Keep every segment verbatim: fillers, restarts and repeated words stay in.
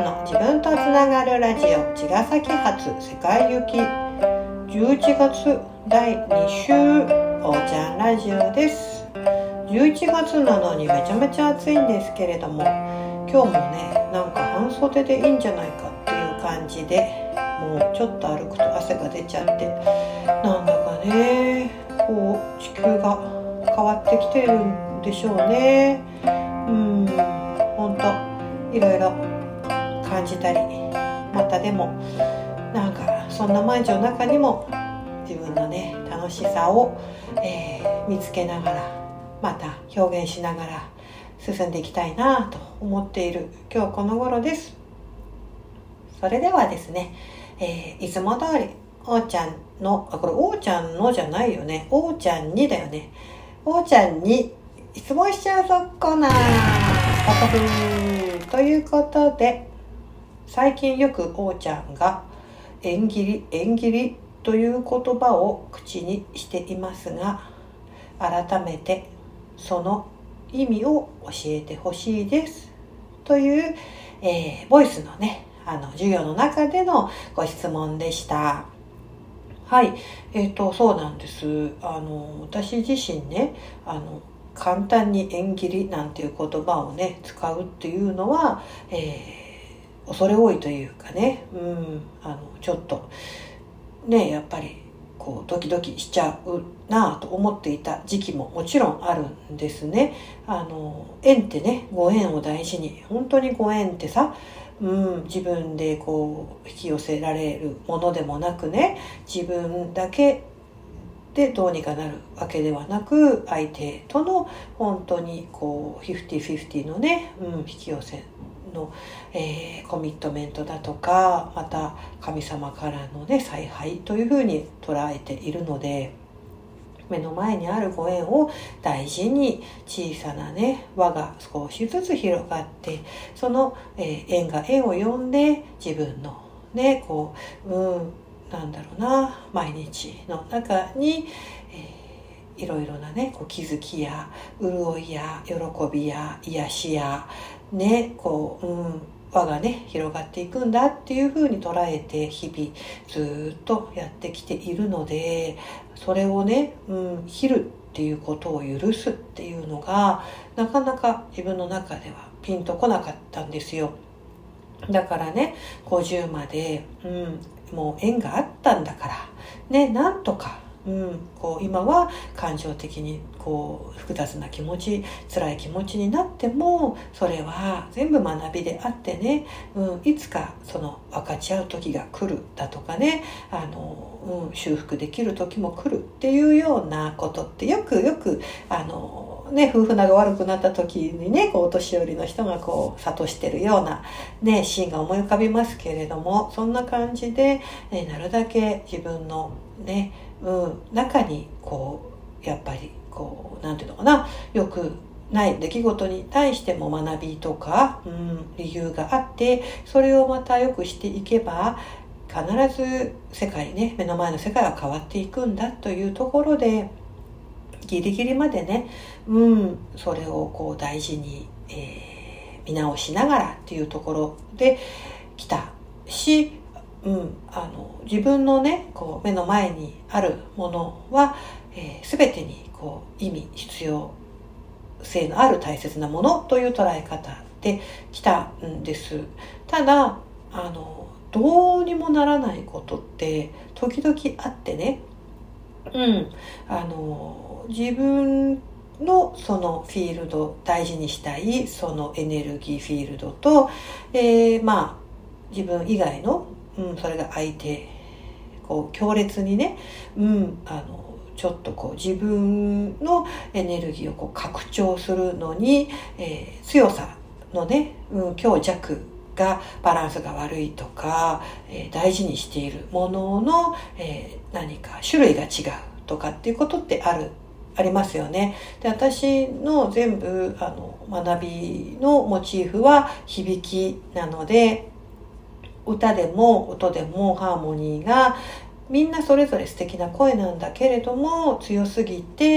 の自分とつながるラジオ茅ヶ崎発世界行きじゅういちがつだいに週おーちゃんラジオです。じゅういちがつなのにめちゃめちゃ暑いんですけれども、今日もねなんか半袖でいいんじゃないかっていう感じで、もうちょっと歩くと汗が出ちゃって、なんだかねこう地球が変わってきてるんでしょうね。うんほんといろいろ感じたり、またでもなんかそんな毎日の中にも自分のね楽しさを、えー、見つけながら、また表現しながら進んでいきたいなと思っている今日この頃です。それではですね、えー、いつも通りおーちゃんのあこれおーちゃんのじゃないよね、おーちゃんにだよね、おーちゃんに質問しちゃうぞコーナーパパフーということで、最近よくおーちゃんが縁切り縁切りという言葉を口にしていますが、改めてその意味を教えてほしいですという、えー、ボイスのねあの授業の中でのご質問でした。はい、えーとそうなんです。あの私自身ねあの簡単に縁切りなんていう言葉をね使うっていうのは、えー、恐れ多いというかね、うん、あのちょっとねやっぱりこうドキドキしちゃうなと思っていた時期ももちろんあるんですね。あの縁ってね、ご縁を大事に、本当にご縁ってさ、うん、自分でこう引き寄せられるものでもなくね、自分だけでどうにかなるわけではなく、相手との本当にこうフィフティフィフティのね、うん、引き寄せの、えー、コミットメントだとか、また神様からのね采配というふうに捉えているので、目の前にあるご縁を大事に、小さなね輪が少しずつ広がって、その、えー、縁が縁を呼んで、自分のねこううんなんだろうな毎日の中に、えー、いろいろなねこう気づきや潤いや喜びや癒しやねこう、うん、輪がね広がっていくんだっていう風に捉えて日々ずっとやってきているので、それをね、うん、切るっていうことを許すっていうのがなかなか自分の中ではピンとこなかったんですよ。だからねごじゅうまで、うん、もう縁があったんだからね、なんとか、うん、こう今は感情的にこう複雑な気持ち、辛い気持ちになっても、それは全部学びであってね、うん、いつかその分かち合う時が来るだとかね、あの、うん、修復できる時も来るっていうようなことってよくよくあのね、夫婦仲が悪くなった時にねこうお年寄りの人がこう諭してるような、ね、シーンが思い浮かびますけれども、そんな感じで、ね、なるだけ自分の、ねうん、中にこうやっぱりこうなんていうのかな、よくない出来事に対しても学びとか、うん、理由があって、それをまたよくしていけば必ず世界ね、目の前の世界は変わっていくんだというところで、ギリギリまでね、うん、それをこう大事に、えー、見直しながらっていうところで来たし、うん、あの自分のねこう目の前にあるものは、えー、全てにこう意味必要性のある大切なものという捉え方で来たんです。ただあのどうにもならないことって時々あってね、うん、あの自分のそのフィールド、大事にしたいそのエネルギーフィールドと、えー、まあ自分以外の、うん、それが相手こう強烈にね、うん、あのちょっとこう自分のエネルギーをこう拡張するのに、えー、強さのね、うん、強弱がバランスが悪いとか、えー、大事にしているものの、えー、何か種類が違うとかっていうことってあるありますよね。で、私の全部あの学びのモチーフは響きなので、歌でも音でもハーモニーがみんなそれぞれ素敵な声なんだけれども、強すぎて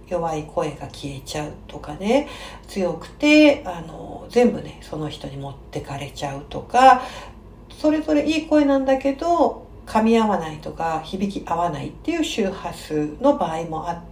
弱い声が消えちゃうとかね、強くてあの全部ねその人に持ってかれちゃうとか、それぞれいい声なんだけど噛み合わないとか響き合わないっていう周波数の場合もあって、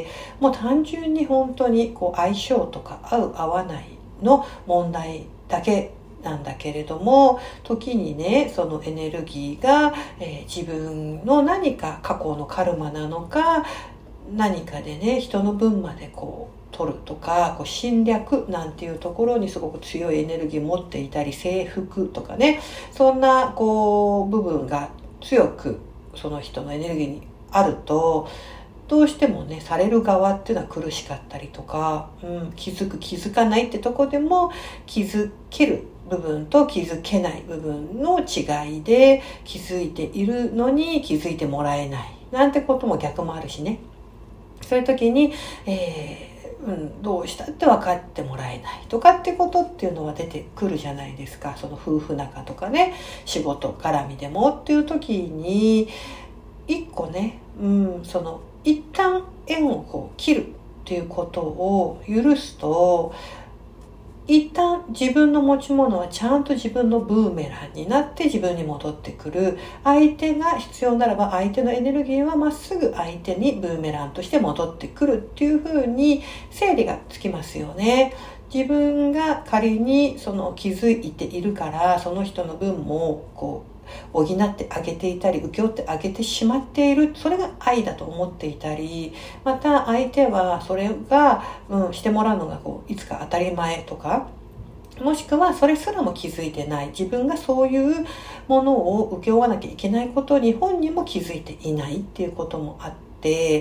もう単純に本当にこう相性とか合う合わないの問題だけなんだけれども、時にねそのエネルギーが、えー、自分の何か過去のカルマなのか何かでね人の分までこう取るとか、こう侵略なんていうところにすごく強いエネルギーを持っていたり、征服とかね、そんなこう部分が強くその人のエネルギーにあると、どうしてもねされる側っていうのは苦しかったりとか、うん、気づく気づかないってとこでも気づける部分と気づけない部分の違いで、気づいているのに気づいてもらえないなんてことも逆もあるしね。そういう時に、えーうん、どうしたって分かってもらえないとかってことっていうのは出てくるじゃないですか。その夫婦仲とかね、仕事絡みでもっていう時に一個ね、うん、その一旦縁をこう切るっていうことを許すと、一旦自分の持ち物はちゃんと自分のブーメランになって自分に戻ってくる。相手が必要ならば相手のエネルギーはまっすぐ相手にブーメランとして戻ってくるっていう風に整理がつきますよね。自分が仮にその気づいているからその人の分もこう補ってあげていたり請け負ってあげてしまっている、それが愛だと思っていたり、また相手はそれが、うん、してもらうのがこういつか当たり前とか、もしくはそれすらも気づいてない、自分がそういうものを請け負わなきゃいけないことに本人も気づいていないっていうこともあって、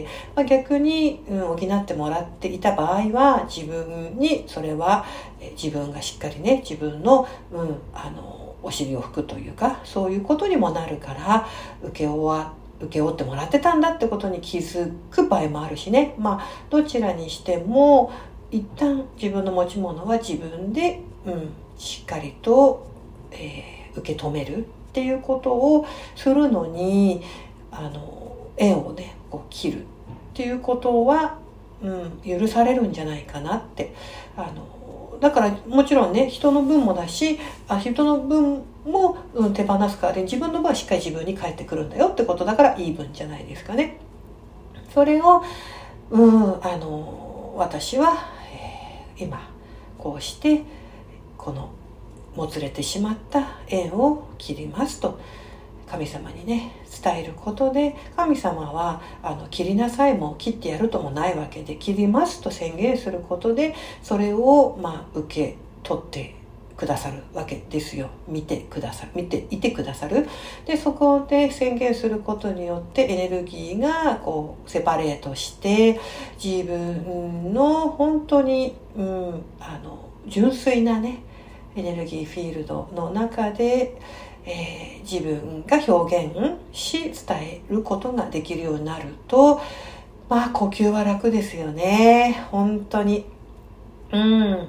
まあ、逆に、うん、補ってもらっていた場合は自分にそれは自分がしっかりね自分の、うん、あのお尻を拭くというか、そういうことにもなるから受け負わ受け負ってもらってたんだってことに気づく場合もあるしね。まあどちらにしても一旦自分の持ち物は自分で、うん、しっかりと、えー、受け止めるっていうことをするのに、あの縁をねこう切るっていうことは、うん、許されるんじゃないかなって。あのだからもちろんね人の分もだし、あ人の分も、うん、手放すからで自分の分はしっかり自分に返ってくるんだよってことだからいい分じゃないですかね。それを、うん、あの私は、えー、今こうしてこのもつれてしまった縁を切りますと神様にね伝えることで、神様はあの切りなさいも切ってやるともないわけで、切りますと宣言することでそれをまあ受け取ってくださるわけですよ。見てくださる見ていてくださる。でそこで宣言することによってエネルギーがこうセパレートして自分の本当に、うん、あの純粋なねエネルギーフィールドの中でえー、自分が表現し伝えることができるようになると、まあ呼吸は楽ですよね本当に。うん、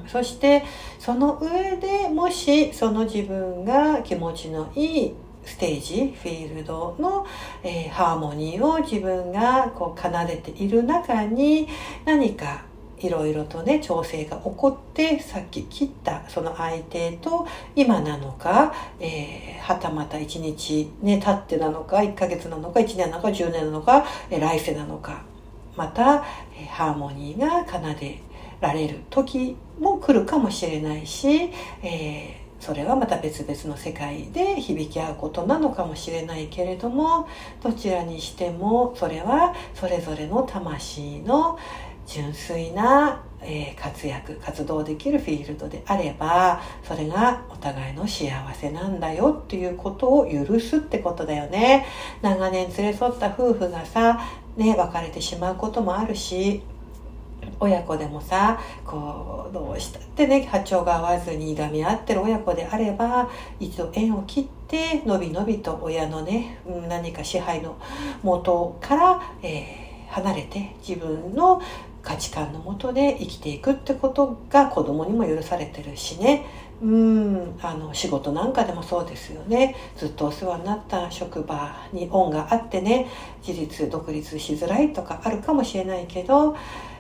そしてその上でもしその自分が気持ちのいいステージフィールドの、えー、ハーモニーを自分がこう奏でている中に何かいろいろとね調整が起こってさっき切ったその相手と今なのか、えー、はたまたいちにちね経ってなのかいっかげつなのかいちねんなのかじゅうねんなのか、えー、来世なのか、また、えー、ハーモニーが奏でられる時も来るかもしれないし、えーそれはまた別々の世界で響き合うことなのかもしれないけれども、どちらにしてもそれはそれぞれの魂の純粋な、えー、活躍活動できるフィールドであれば、それがお互いの幸せなんだよっていうことを許すってことだよね。長年連れ添った夫婦がさ、ね、別れてしまうこともあるし、親子でもさこうどうしたってね波長が合わずにいがみ合ってる親子であれば、一度縁を切ってのびのびと親のね何か支配の元から、えー、離れて自分の価値観の下で生きていくってことが子供にも許されてるしね。うんあの仕事なんかでもそうですよね。ずっとお世話になった職場に恩があってね、自立独立しづらいとかあるかもしれないけど、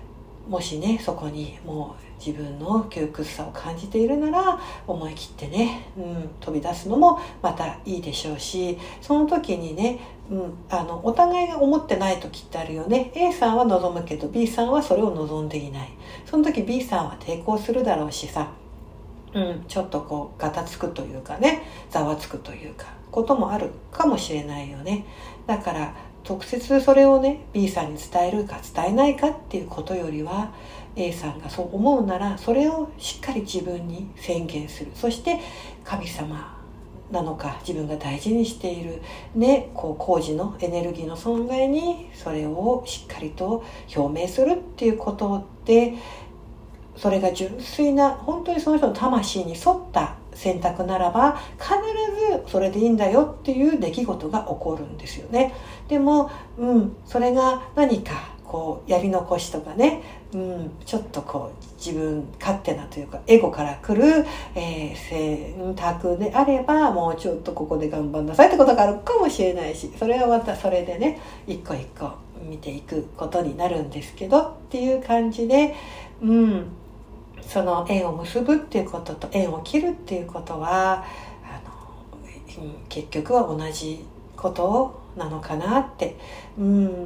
もしねそこにもう自分の窮屈さを感じているなら思い切ってね、うん、飛び出すのもまたいいでしょうし、その時にね、うん、あのお互いが思ってない時ってあるよね。 A さんは望むけど B さんはそれを望んでいない。その時 B さんは抵抗するだろうしさ、うん、ちょっとこうガタつくというかね、ざわつくというかこともあるかもしれないよね。だから直接それをね B さんに伝えるか伝えないかっていうことよりは A さんがそう思うならそれをしっかり自分に宣言する。そして神様なのか自分が大事にしているね、こう工事のエネルギーの存在にそれをしっかりと表明するっていうことで、それが純粋な本当にその人の魂に沿った選択ならば必ずそれでいいんだよっていう出来事が起こるんですよね。でも、うん、それが何かこうやり残しとかね、うん、ちょっとこう自分勝手なというかエゴから来る、えー、選択であればもうちょっとここで頑張んなさいってことがあるかもしれないし、それはまたそれでね一個一個見ていくことになるんですけどっていう感じで、うん、その縁を結ぶっていうことと縁を切るっていうことはあの、うん、結局は同じことなのかなって、うん、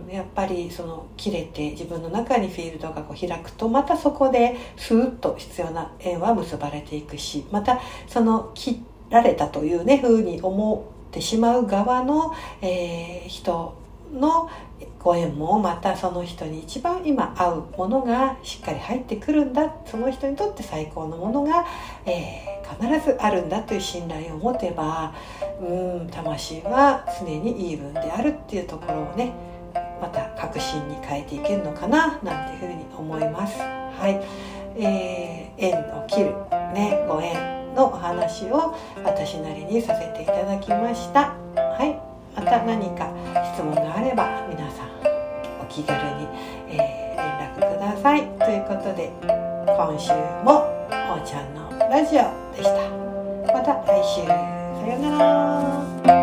やっぱりその切れて自分の中にフィールドがこう開くとまたそこでスーッと必要な縁は結ばれていくし、またその切られたというね風に思ってしまう側の、えー、人のご縁もまたその人に一番今合うものがしっかり入ってくるんだ、その人にとって最高のものが、えー、必ずあるんだという信頼を持てば、うん、魂は常にイーブンであるっていうところをねまた確信に変えていけるのかななんていうふうに思います。はい、えー、縁を切る、ね、ご縁のお話を私なりにさせていただきました。はい、また何か質問があれば皆さんお気軽に、えー、連絡ください。ということで今週もおーちゃんのラジオでした。また来週、さようなら。